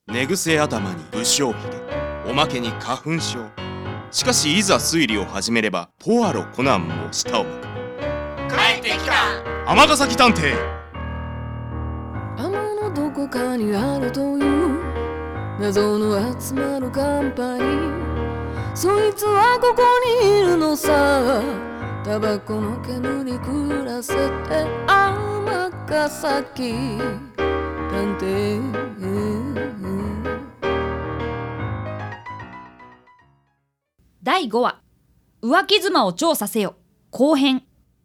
寝癖頭に不祥髭、おまけに花粉症。しかしいざ推理を始めればポアロコナンも舌を巻く。 帰ってきた尼崎探偵。 天のどこかにあるという謎の集まるカンパニー、そいつはここにいるのさ。タバコの煙暮らせて尼崎探偵。 第5話、浮気妻を調査せよ後編。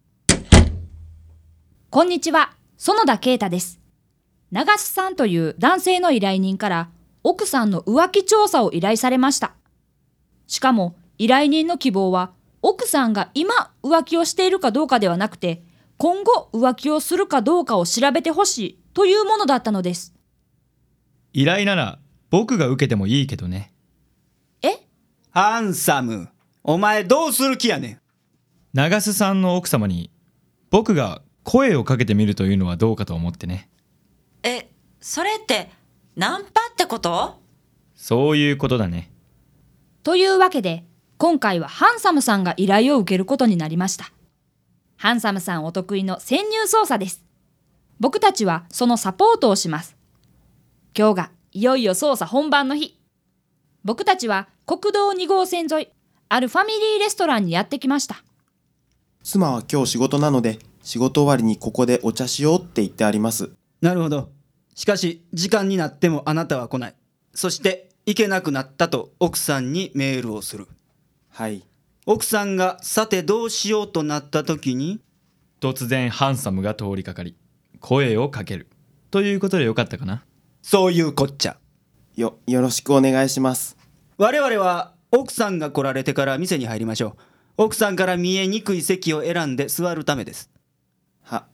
こんにちは、園田啓太です。長須さんという男性の依頼人から奥さんの浮気調査を依頼されました。しかも依頼人の希望は奥さんが今浮気をしているかどうかではなくて、今後浮気をするかどうかを調べてほしいというものだったのです。 依頼なら僕が受けてもいいけどね。 ハンサム、お前どうする気やねん。 長須さんの奥様に僕が声をかけてみるというのはどうかと思ってね。 それってナンパってこと？ そういうことだね。 というわけで今回はハンサムさんが依頼を受けることになりました。ハンサムさんお得意の潜入捜査です。僕たちはそのサポートをします。今日がいよいよ捜査本番の日。僕たちは国道2号線沿い、あるファミリーレストランにやってきました。 妻は今日仕事なので、仕事終わりにここでお茶しようって言ってあります。 なるほど。しかし時間になってもあなたは来ない。そして行けなくなったと奥さんにメールをする。 はい。 奥さんがさてどうしようとなった時に、 突然ハンサムが通りかかり声をかけるということでよかったかな。 そういうこっちゃ。 よろしくお願いします。 我々は奥さんが来られてから店に入りましょう。奥さんから見えにくい席を選んで座るためです。 はい。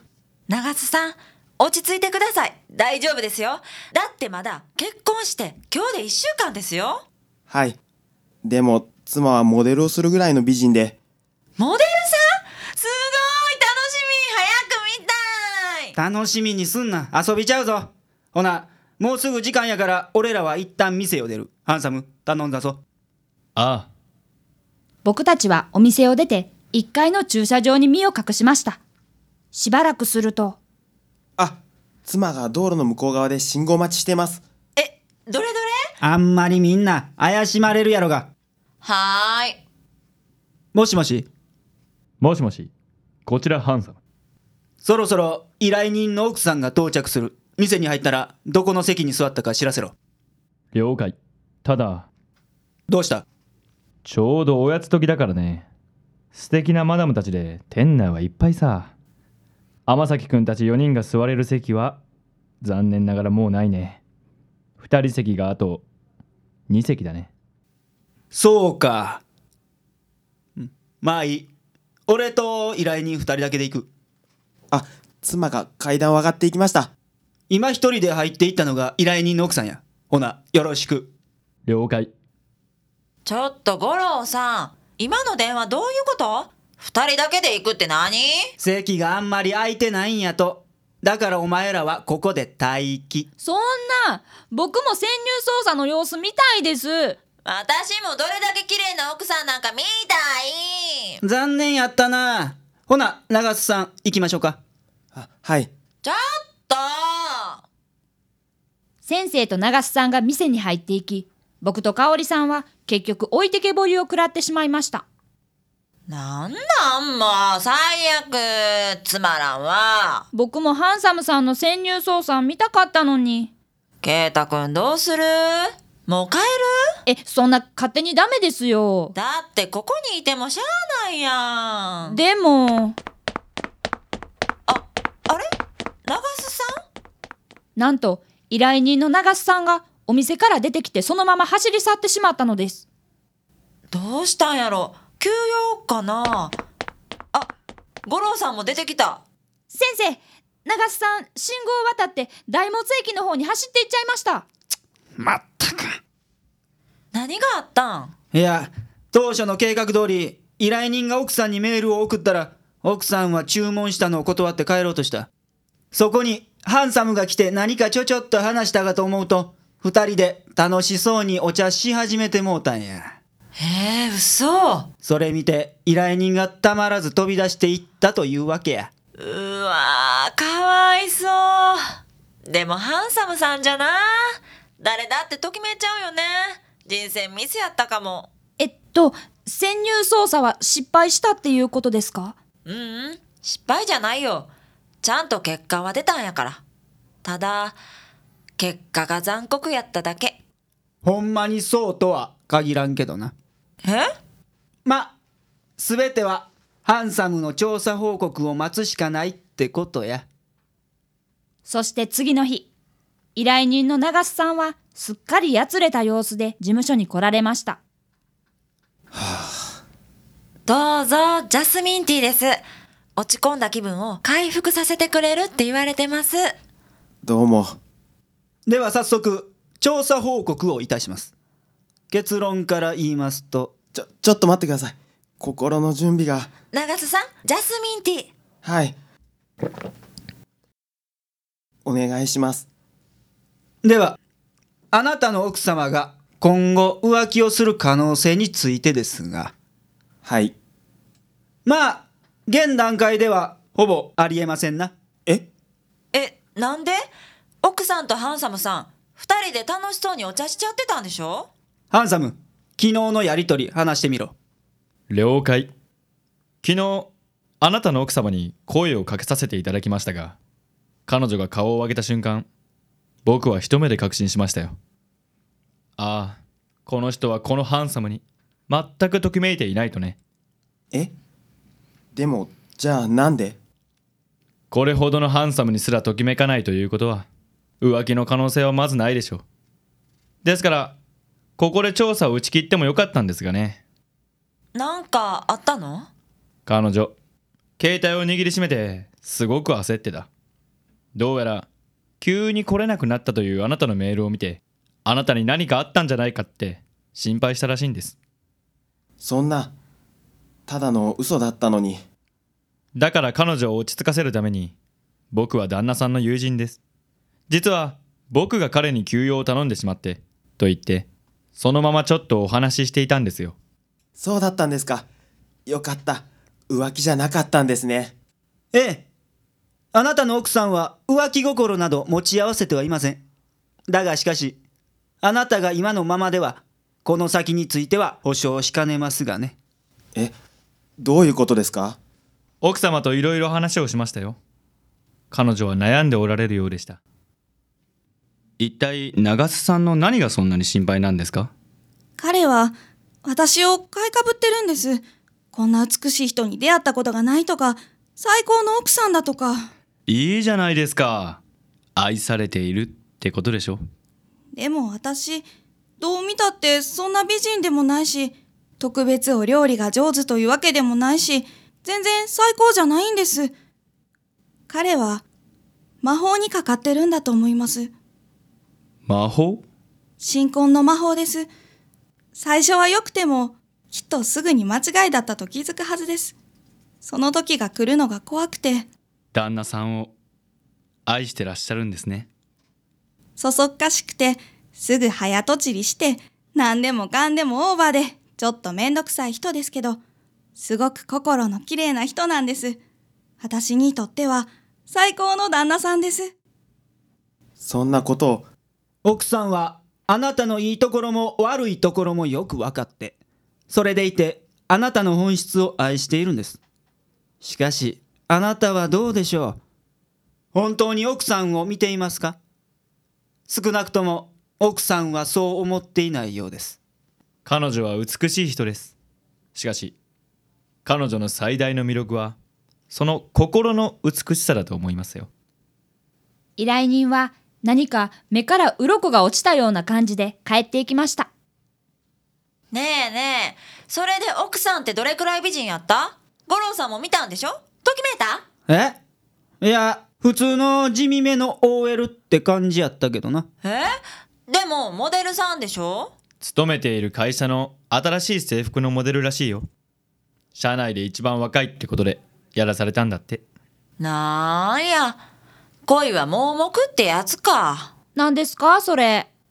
長須さん、落ち着いてください。大丈夫ですよ。だってまだ結婚して今日で1週間ですよ。 はい。でも妻はモデルをするぐらいの美人で。 モデルさん？すごい楽しみ。早く見たい。 楽しみにすんな。遊びちゃうぞ。ほな、もうすぐ時間やから俺らは一旦店を出る。ハンサム、頼んだぞ。 ああ。 僕たちはお店を出て1階の駐車場に身を隠しました。しばらくすると、 妻が道路の向こう側で信号待ちしてます。 どれどれ？ あんまりみんな怪しまれるやろが。 はーい。 もしもし。 もしもし、こちらハンサム。 そろそろ依頼人の奥さんが到着する。店に入ったらどこの席に座ったか知らせろ。 了解。ただどうした？ ちょうどおやつ時だからね。素敵なマダムたちで店内はいっぱいさ。天崎くんたち4人が座れる席は残念ながらもうないね。2人席があと2席だね。 そうか。まあいい。俺と依頼人2人だけで行く。 妻が階段を上がっていきました。 今一人で入っていったのが依頼人の奥さんや。ほな、よろしく。 了解。 ちょっと五郎さん、今の電話どういうこと？二人だけで行くって何？ 席があんまり空いてないんやと。だからお前らはここで待機。 そんな、僕も潜入捜査の様子見たいです。 私もどれだけ綺麗な奥さんなんか見たい。 残念やったな。ほな、長須さん行きましょうか。 はい。 ちょっと。 先生と長須さんが店に入っていき、僕と香織さんは結局置いてけぼりを食らってしまいました。 なんなんもう最悪。つまらんわ。 僕もハンサムさんの潜入捜査見たかったのに。 圭太くんどうする？もう帰る？ そんな勝手にダメですよ。 だってここにいてもしゃあないやん。 でもあれ？長須さん？ なんと依頼人の長須さんがお店から出てきてそのまま走り去ってしまったのです。 どうしたんやろ？休養かな？五郎さんも出てきた。 先生、長須さん信号を渡って大物駅の方に走っていっちゃいました。 まったく。 何があったん？ いや、当初の計画通り依頼人が奥さんにメールを送ったら、奥さんは注文したのを断って帰ろうとした。そこにハンサムが来て何かちょっと話したかと思うと、 二人で楽しそうにお茶し始めてもうたんや。 嘘。 それ見て依頼人がたまらず飛び出していったというわけや。 うわー、かわいそう。でもハンサムさんじゃな。誰だってときめいちゃうよね。人選ミスやったかも。 潜入捜査は失敗したっていうことですか？ 失敗じゃないよ。ちゃんと結果は出たんやから。ただ結果が残酷やっただけ。 ほんまにそうとは限らんけどな。すべてはハンサムの調査報告を待つしかないってことや。 そして次の日、依頼人の長須さんはすっかりやつれた様子で事務所に来られました。 どうぞ、ジャスミンティーです。落ち込んだ気分を回復させてくれるって言われてます。 どうも。 では早速調査報告をいたします。結論から言いますと、 ちょっと待ってください。心の準備が。 長須さん、ジャスミンティー。 はい。お願いします。 では、あなたの奥様が今後浮気をする可能性についてですが。 はい。 現段階ではほぼありえませんな。 なんで？奥さんとハンサムさん、二人で楽しそうにお茶しちゃってたんでしょ？ ハンサム、昨日のやりとり話してみろ。 了解。昨日あなたの奥様に声をかけさせていただきましたが、彼女が顔を上げた瞬間、僕は一目で確信しましたよ。ああ、この人はこのハンサムに全くときめいていないとね。 でもじゃあなんで？ これほどのハンサムにすらときめかないということは、浮気の可能性はまずないでしょう。ですからここで調査を打ち切ってもよかったんですがね。 なんかあったの？ 彼女、携帯を握りしめてすごく焦ってた。どうやら急に来れなくなったというあなたのメールを見て、あなたに何かあったんじゃないかって心配したらしいんです。 そんな、ただの嘘だったのに。 だから彼女を落ち着かせるために、僕は旦那さんの友人です。実は僕が彼に休養を頼んでしまってと言って、そのままちょっとお話ししていたんですよ。 そうだったんですか。よかった。浮気じゃなかったんですね。 あなたの奥さんは浮気心など持ち合わせてはいません。だがしかし、あなたが今のままではこの先については保証しかねますがね。 どういうことですか？ 奥様といろいろ話をしましたよ。彼女は悩んでおられるようでした。一体長須さんの何がそんなに心配なんですか？ 彼は私を買いかぶってるんです。こんな美しい人に出会ったことがないとか、最高の奥さんだとか。 いいじゃないですか。愛されているってことでしょ。 でも私、どう見たってそんな美人でもないし、特別お料理が上手というわけでもないし、全然最高じゃないんです。彼は魔法にかかってるんだと思います。 魔法？ 新婚の魔法です。最初は良くてもきっとすぐに間違いだったと気づくはずです。その時が来るのが怖くて。 旦那さんを愛してらっしゃるんですね。 そそっかしくてすぐ早とちりして何でもかんでもオーバーでちょっとめんどくさい人ですけど、すごく心のきれいな人なんです。私にとっては最高の旦那さんです。 そんなことを。 奥さんはあなたのいいところも悪いところもよく分かって、それでいてあなたの本質を愛しているんです。しかしあなたはどうでしょう。本当に奥さんを見ていますか？少なくとも奥さんはそう思っていないようです。 彼女は美しい人です。しかし彼女の最大の魅力はその心の美しさだと思いますよ。 依頼人は何か目から鱗が落ちたような感じで帰っていきました。 ねえねえ、それで奥さんってどれくらい美人やった？五郎さんも見たんでしょ？ときめいた？ いや、普通の地味めの OL って感じやったけどな。 でもモデルさんでしょ？ 勤めている会社の新しい制服のモデルらしいよ。社内で一番若いってことでやらされたんだって。 なんや、恋は盲目ってやつか。 何ですかそれ？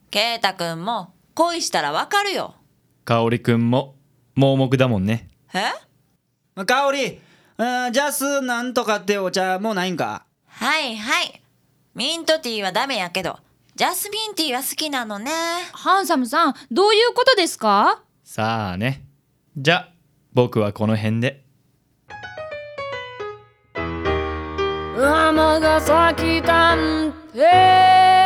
圭太くんも恋したらわかるよ。 香織くんも盲目だもんね。 え？ 香織、ジャスなんとかってお茶もうないんか？ はいはい。ミントティーはダメやけど、ジャスミンティーは好きなのね。 ハンサムさん、どういうことですか？ さあね。じゃ僕はこの辺で。 尼崎探偵